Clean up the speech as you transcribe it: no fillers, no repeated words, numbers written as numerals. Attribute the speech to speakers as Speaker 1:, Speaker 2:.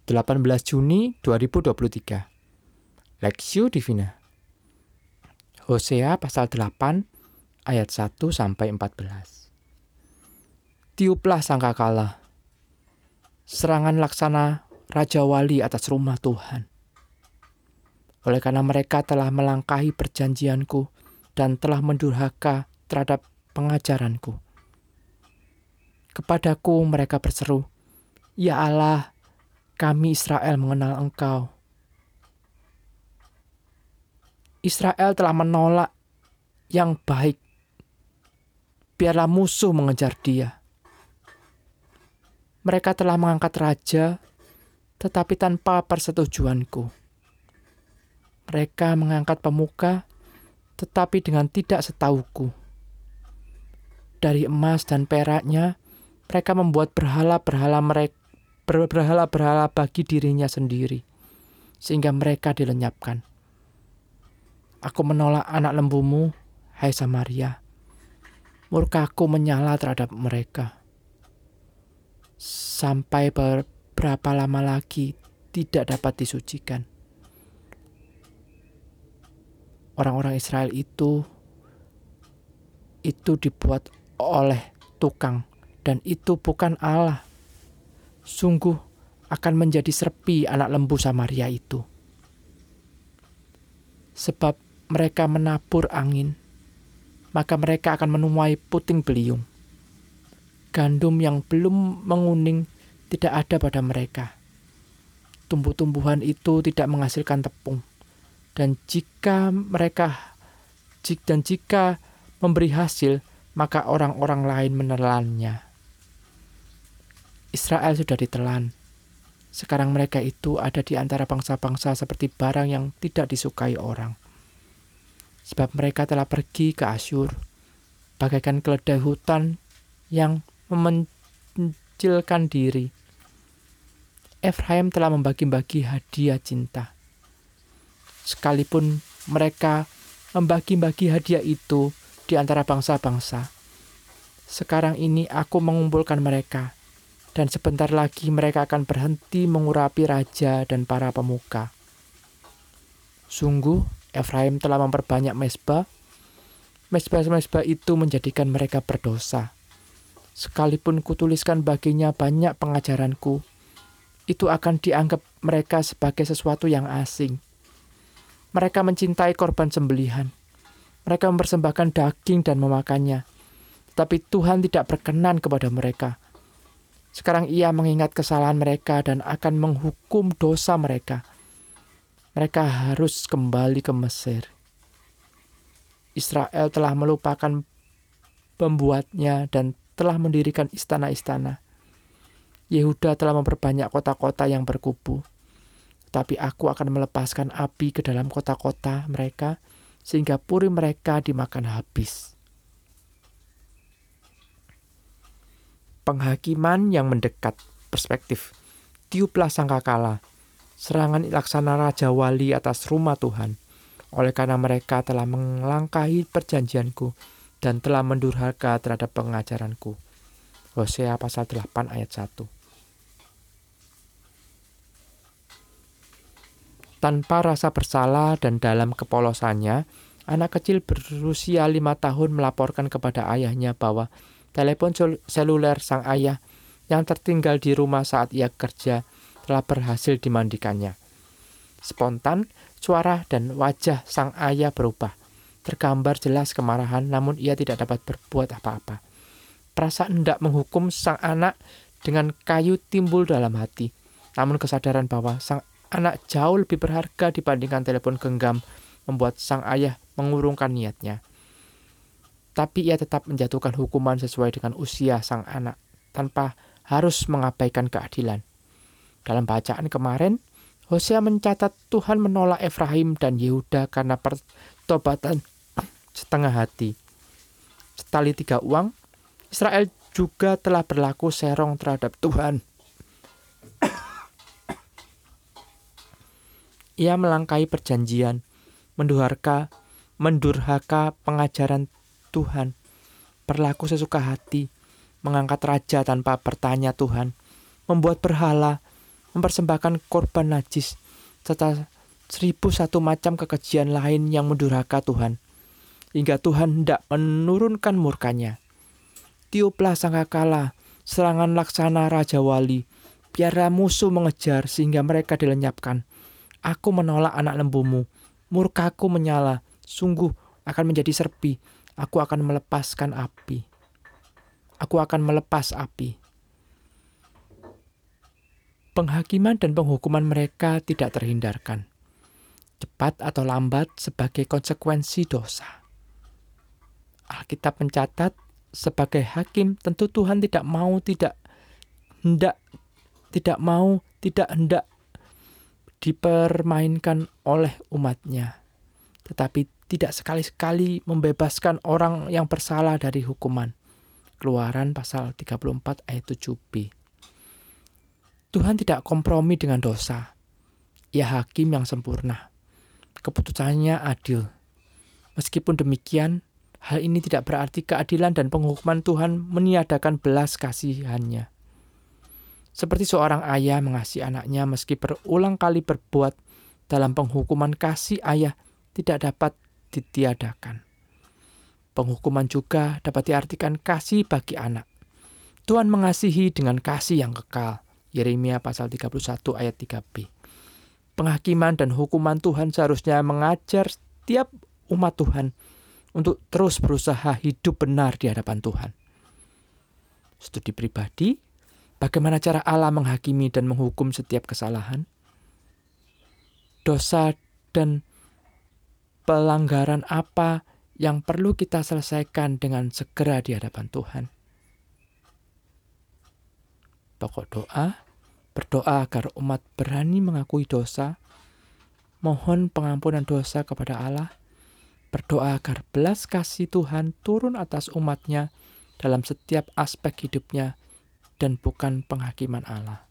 Speaker 1: 18 Juni 2023. Lexio Divina. Hosea pasal 8 ayat 1 sampai 14. Tiuplah sangkakala, serangan laksana Raja Wali atas rumah Tuhan. Oleh karena mereka telah melangkahi perjanjianku dan telah mendurhaka terhadap pengajaranku. Kepadaku mereka berseru, "Ya Allah, kami Israel mengenal Engkau." Israel telah menolak yang baik. Biarlah musuh mengejar dia. Mereka telah mengangkat raja, tetapi tanpa persetujuanku. Mereka mengangkat pemuka, tetapi dengan tidak setahuku. Dari emas dan peraknya, mereka membuat berhala-berhala bagi dirinya sendiri, sehingga mereka dilenyapkan. Aku menolak anak lembumu, hai Samaria. Murkaku menyala terhadap mereka. Sampai berapa lama lagi tidak dapat disucikan. Orang-orang Israel itu dibuat oleh tukang, dan itu bukan Allah. Sungguh akan menjadi serpi anak lembu Samaria itu. Sebab mereka menabur angin, maka mereka akan menuai puting beliung. Gandum yang belum menguning tidak ada pada mereka. Tumbuh-tumbuhan itu tidak menghasilkan tepung. Dan jika memberi hasil, maka orang-orang lain menelannya. Israel sudah ditelan. Sekarang mereka itu ada di antara bangsa-bangsa seperti barang yang tidak disukai orang. Sebab mereka telah pergi ke Asyur, bagaikan keledai hutan yang memencilkan diri. Efraim telah membagi-bagi hadiah cinta. Sekalipun mereka membagi-bagi hadiah itu di antara bangsa-bangsa, sekarang ini aku mengumpulkan mereka, dan sebentar lagi mereka akan berhenti mengurapi raja dan para pemuka. Sungguh, Efraim telah memperbanyak mezbah. Mezbah itu menjadikan mereka berdosa. Sekalipun kutuliskan baginya banyak pengajaranku, itu akan dianggap mereka sebagai sesuatu yang asing. Mereka mencintai korban sembelihan. Mereka mempersembahkan daging dan memakannya. Tetapi Tuhan tidak berkenan kepada mereka. Sekarang Ia mengingat kesalahan mereka dan akan menghukum dosa mereka. Mereka harus kembali ke Mesir. Israel telah melupakan pembuatnya dan telah mendirikan istana-istana. Yehuda telah memperbanyak kota-kota yang berkubu. Tapi aku akan melepaskan api ke dalam kota-kota mereka, sehingga puri mereka dimakan habis. Penghakiman yang mendekat, perspektif. Tiuplah sangkakala, serangan laksana Raja Wali atas rumah Tuhan, oleh karena mereka telah melangkahi perjanjianku dan telah mendurhaka terhadap pengajaranku. Hosea pasal 8 ayat 1. Tanpa rasa bersalah dan dalam kepolosannya, anak kecil berusia 5 tahun melaporkan kepada ayahnya bahwa telepon seluler sang ayah yang tertinggal di rumah saat ia kerja telah berhasil dimandikannya. Spontan, suara dan wajah sang ayah berubah. Tergambar jelas kemarahan, namun ia tidak dapat berbuat apa-apa. Perasaan hendak menghukum sang anak dengan kayu timbul dalam hati. Namun kesadaran bahwa sang anak jauh lebih berharga dibandingkan telepon genggam membuat sang ayah mengurungkan niatnya. Tapi ia tetap menjatuhkan hukuman sesuai dengan usia sang anak, tanpa harus mengabaikan keadilan. Dalam bacaan kemarin, Hosea mencatat Tuhan menolak Efraim dan Yehuda karena pertobatan setengah hati. Setali 3 uang, Israel juga telah berlaku serong terhadap Tuhan. Ia melangkahi perjanjian, mendurhaka pengajaran Tuhan, berlaku sesuka hati, mengangkat raja tanpa bertanya Tuhan, membuat berhala, mempersembahkan korban najis, serta 1001 macam kekejian lain yang mendurhaka Tuhan, hingga Tuhan hendak menurunkan murkanya. Tiuplah sangkakala, serangan laksana Raja Wali, biarlah musuh mengejar sehingga mereka dilenyapkan. Aku menolak anak lembumu, murkaku menyala, sungguh akan menjadi serpi, aku akan melepaskan api. Aku akan melepas api. Penghakiman dan penghukuman mereka tidak terhindarkan, cepat atau lambat sebagai konsekuensi dosa. Alkitab mencatat, sebagai hakim tentu Tuhan tidak hendak dipermainkan oleh umatnya, tetapi tidak sekali-sekali membebaskan orang yang bersalah dari hukuman. Keluaran pasal 34 ayat 7b. Tuhan tidak kompromi dengan dosa. Ia hakim yang sempurna. Keputusannya adil. Meskipun demikian, hal ini tidak berarti keadilan dan penghukuman Tuhan meniadakan belas kasihannya. Seperti seorang ayah mengasihi anaknya meski berulang kali berbuat, dalam penghukuman kasih ayah tidak dapat ditiadakan. Penghukuman juga dapat diartikan kasih bagi anak. Tuhan mengasihi dengan kasih yang kekal. Yeremia pasal 31 ayat 3b. Penghakiman dan hukuman Tuhan seharusnya mengajar setiap umat Tuhan untuk terus berusaha hidup benar di hadapan Tuhan. Studi pribadi, bagaimana cara Allah menghakimi dan menghukum setiap kesalahan? Dosa dan pelanggaran apa yang perlu kita selesaikan dengan segera di hadapan Tuhan? Pokok doa, berdoa agar umat berani mengakui dosa, mohon pengampunan dosa kepada Allah, berdoa agar belas kasih Tuhan turun atas umatnya dalam setiap aspek hidupnya dan bukan penghakiman Allah.